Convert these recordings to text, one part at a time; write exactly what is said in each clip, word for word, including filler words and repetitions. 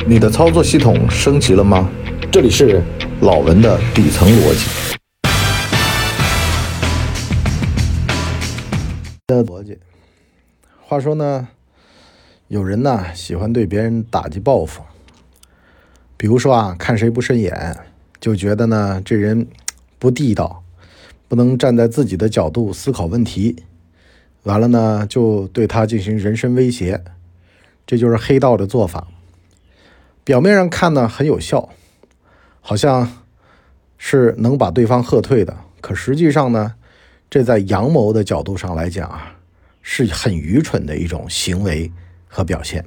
你的操作系统升级了吗？这里是老文的底层逻辑。的逻辑。话说呢，有人呢喜欢对别人打击报复，比如说啊，看谁不顺眼，就觉得呢这人不地道，不能站在自己的角度思考问题，完了呢就对他进行人身威胁，这就是黑道的做法。表面上看呢很有效，好像是能把对方喝退的，可实际上呢，这在阳谋的角度上来讲啊，是很愚蠢的一种行为和表现。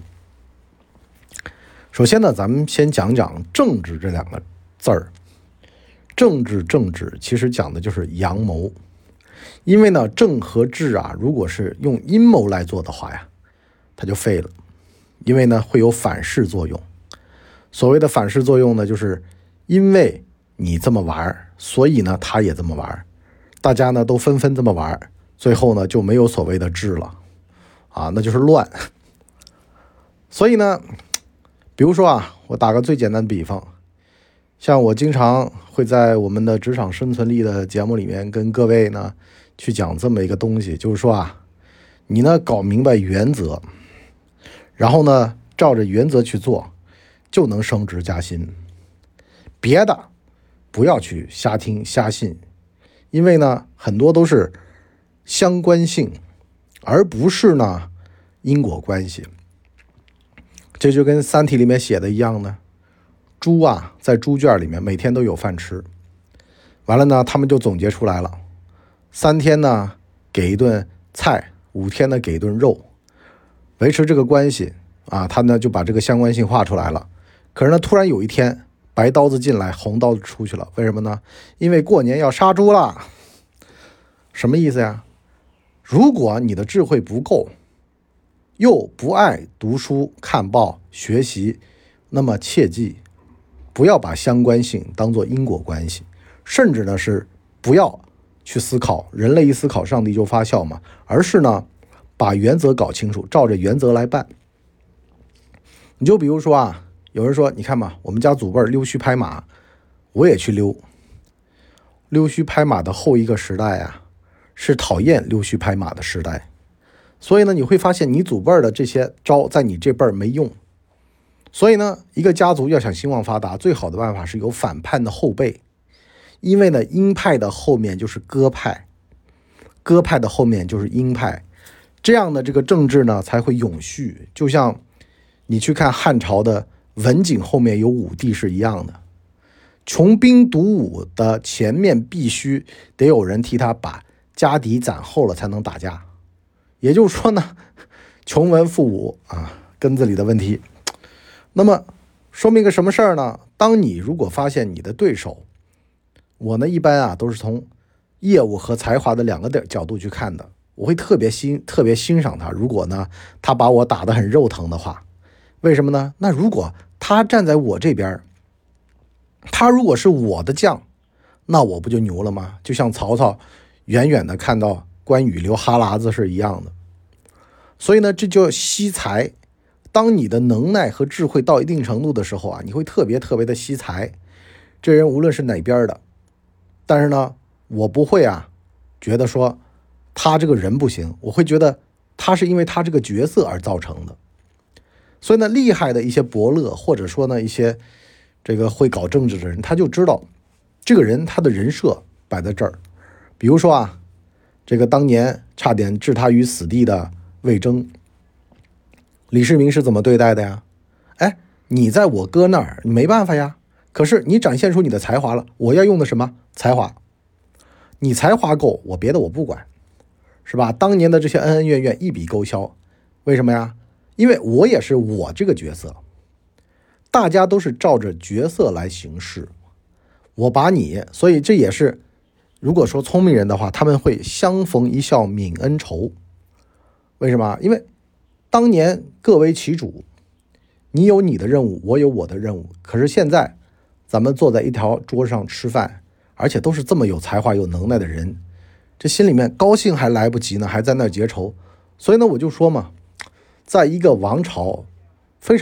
首先呢，咱们先讲讲政治这两个字儿。政治政治其实讲的就是阳谋，因为呢政和治啊，如果是用阴谋来做的话呀，它就废了，因为呢会有反噬作用。所谓的反噬作用呢，就是因为你这么玩，所以呢他也这么玩，大家呢都纷纷这么玩，最后呢就没有所谓的治了啊，那就是乱。所以呢，比如说啊，我打个最简单的比方，像我经常会在我们的职场生存力的节目里面跟各位呢去讲这么一个东西，就是说啊，你呢搞明白原则，然后呢照着原则去做，就能升职加薪。别的不要去瞎听瞎信，因为呢很多都是相关性，而不是呢因果关系。这就跟三体里面写的一样呢，猪啊在猪圈里面每天都有饭吃，完了呢他们就总结出来了，三天呢给一顿菜，五天呢给一顿肉，维持这个关系啊，他呢就把这个相关性画出来了。可是呢突然有一天白刀子进来，红刀子出去了，为什么呢？因为过年要杀猪了。什么意思呀？如果你的智慧不够，又不爱读书看报学习，那么切记不要把相关性当作因果关系，甚至呢是不要去思考人类一思考上帝就发笑嘛，而是呢把原则搞清楚，照着原则来办。你就比如说啊，有人说你看嘛，我们家祖辈溜须拍马，我也去溜。溜须拍马的后一个时代啊，是讨厌溜须拍马的时代，所以呢你会发现你祖辈的这些招在你这辈没用。所以呢一个家族要想兴旺发达，最好的办法是有反叛的后辈，因为呢鹰派的后面就是鸽派，鸽派的后面就是鹰派，这样的这个政治呢才会永续。就像你去看汉朝的文景后面有武帝是一样的，穷兵黩武的前面必须得有人替他把家底攒厚了才能打架。也就是说呢，穷文富武啊，根子里的问题。那么说明个什么事儿呢？当你如果发现你的对手，我呢一般啊都是从业务和才华的两个角度去看的，我会特别欣特别欣赏他。如果呢他把我打得很肉疼的话，为什么呢？那如果他站在我这边，他如果是我的将，那我不就牛了吗？就像曹操远远的看到关羽流哈喇子是一样的。所以呢这就惜才。当你的能耐和智慧到一定程度的时候啊，你会特别特别的惜才。这人无论是哪边的，但是呢我不会啊觉得说他这个人不行，我会觉得他是因为他这个角色而造成的。所以呢厉害的一些伯乐，或者说呢一些这个会搞政治的人，他就知道这个人他的人设摆在这儿。比如说啊，这个当年差点置他于死地的魏征，李世民是怎么对待的呀？哎，你在我哥那儿你没办法呀，可是你展现出你的才华了，我要用的什么才华？你才华够，我别的我不管，是吧？当年的这些恩恩怨怨一笔勾销。为什么呀？因为我也是我这个角色，大家都是照着角色来行事，我把你，所以这也是如果说聪明人的话，他们会相逢一笑泯恩仇。为什么？因为当年各为其主，你有你的任务，我有我的任务。可是现在咱们坐在一条桌上吃饭，而且都是这么有才华有能耐的人，这心里面高兴还来不及呢，还在那结仇。所以呢我就说嘛，在一个王朝非常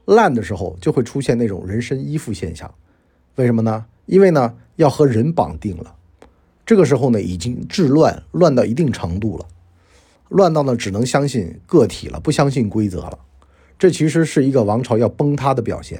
烂的时候就会出现那种人身依附现象。为什么呢？因为呢要和人绑定了，这个时候呢已经治乱，乱到一定程度了，乱到呢只能相信个体了，不相信规则了。这其实是一个王朝要崩塌的表现。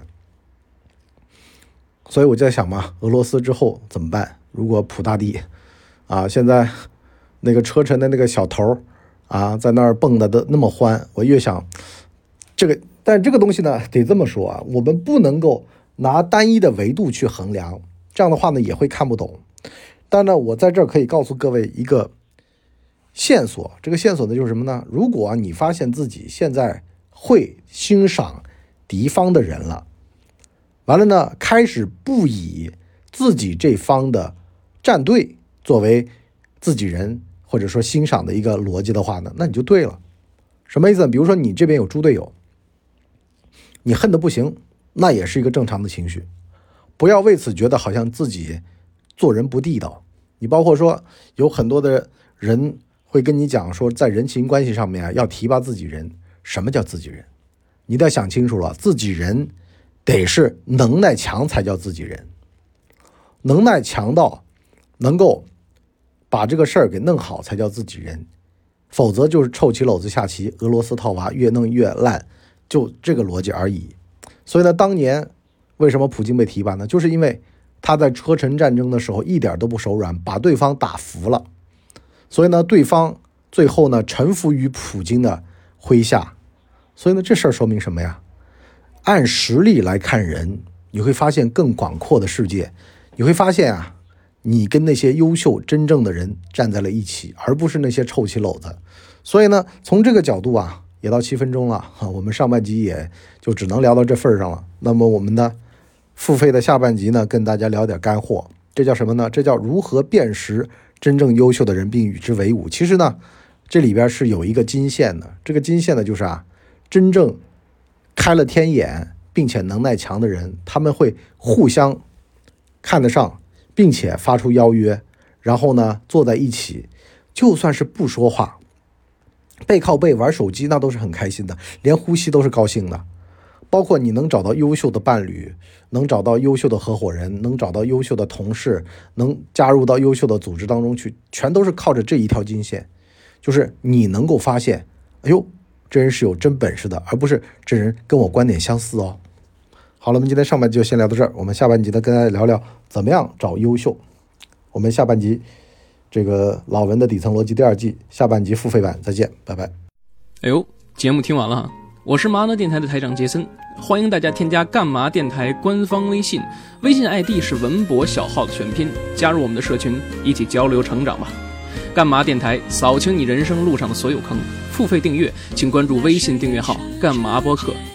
所以我就在想嘛，俄罗斯之后怎么办？如果普大帝啊，现在那个车臣的那个小头啊，在那儿蹦的都那么欢，我越想这个，但这个东西呢，得这么说啊，我们不能够拿单一的维度去衡量，这样的话呢也会看不懂。但呢，我在这儿可以告诉各位一个线索，这个线索呢就是什么呢？如果你发现自己现在会欣赏敌方的人了，完了呢，开始不以自己这方的战队作为自己人或者说欣赏的一个逻辑的话呢，那你就对了。什么意思呢？比如说你这边有猪队友，你恨得不行，那也是一个正常的情绪，不要为此觉得好像自己做人不地道。你包括说有很多的人会跟你讲说，在人情关系上面要提拔自己人。什么叫自己人？你得想清楚了，自己人得是能耐强才叫自己人，能耐强到能够把这个事儿给弄好才叫自己人，否则就是臭棋篓子下棋，俄罗斯套娃，越弄越烂，就这个逻辑而已。所以呢，当年为什么普京被提拔呢？就是因为他在车臣战争的时候一点都不手软，把对方打服了，所以呢，对方最后呢臣服于普京的麾下。所以呢，这事儿说明什么呀？按实力来看人，你会发现更广阔的世界。你会发现啊，你跟那些优秀真正的人站在了一起，而不是那些臭棋篓子。所以呢，从这个角度啊，也到七分钟了，我们上半集也就只能聊到这份上了。那么我们的付费的下半集呢，跟大家聊点干货。这叫什么呢？这叫如何辨识真正优秀的人并与之为伍。其实呢，这里边是有一个金线的。这个金线呢，就是啊，真正开了天眼并且能耐强的人，他们会互相看得上，并且发出邀约，然后呢坐在一起，就算是不说话，背靠背玩手机，那都是很开心的，连呼吸都是高兴的。包括你能找到优秀的伴侣，能找到优秀的合伙人，能找到优秀的同事，能加入到优秀的组织当中去，全都是靠着这一条金线。就是你能够发现，哎呦，这人是有真本事的，而不是这人跟我观点相似哦。好了，我们今天上半集就先聊到这儿，我们下半集呢跟大家聊聊怎么样找优秀。我们下半集这个老文的底层逻辑第二季下半集付费版再见，拜拜。 哎呦，节目听完了哈，我是麻辣电台的台长杰森，欢迎大家添加干嘛电台官方微信，微信 I D 是文博小号的全拼，加入我们的社群，一起交流成长吧。干嘛电台扫清你人生路上的所有坑，付费订阅请关注微信订阅号干嘛播客。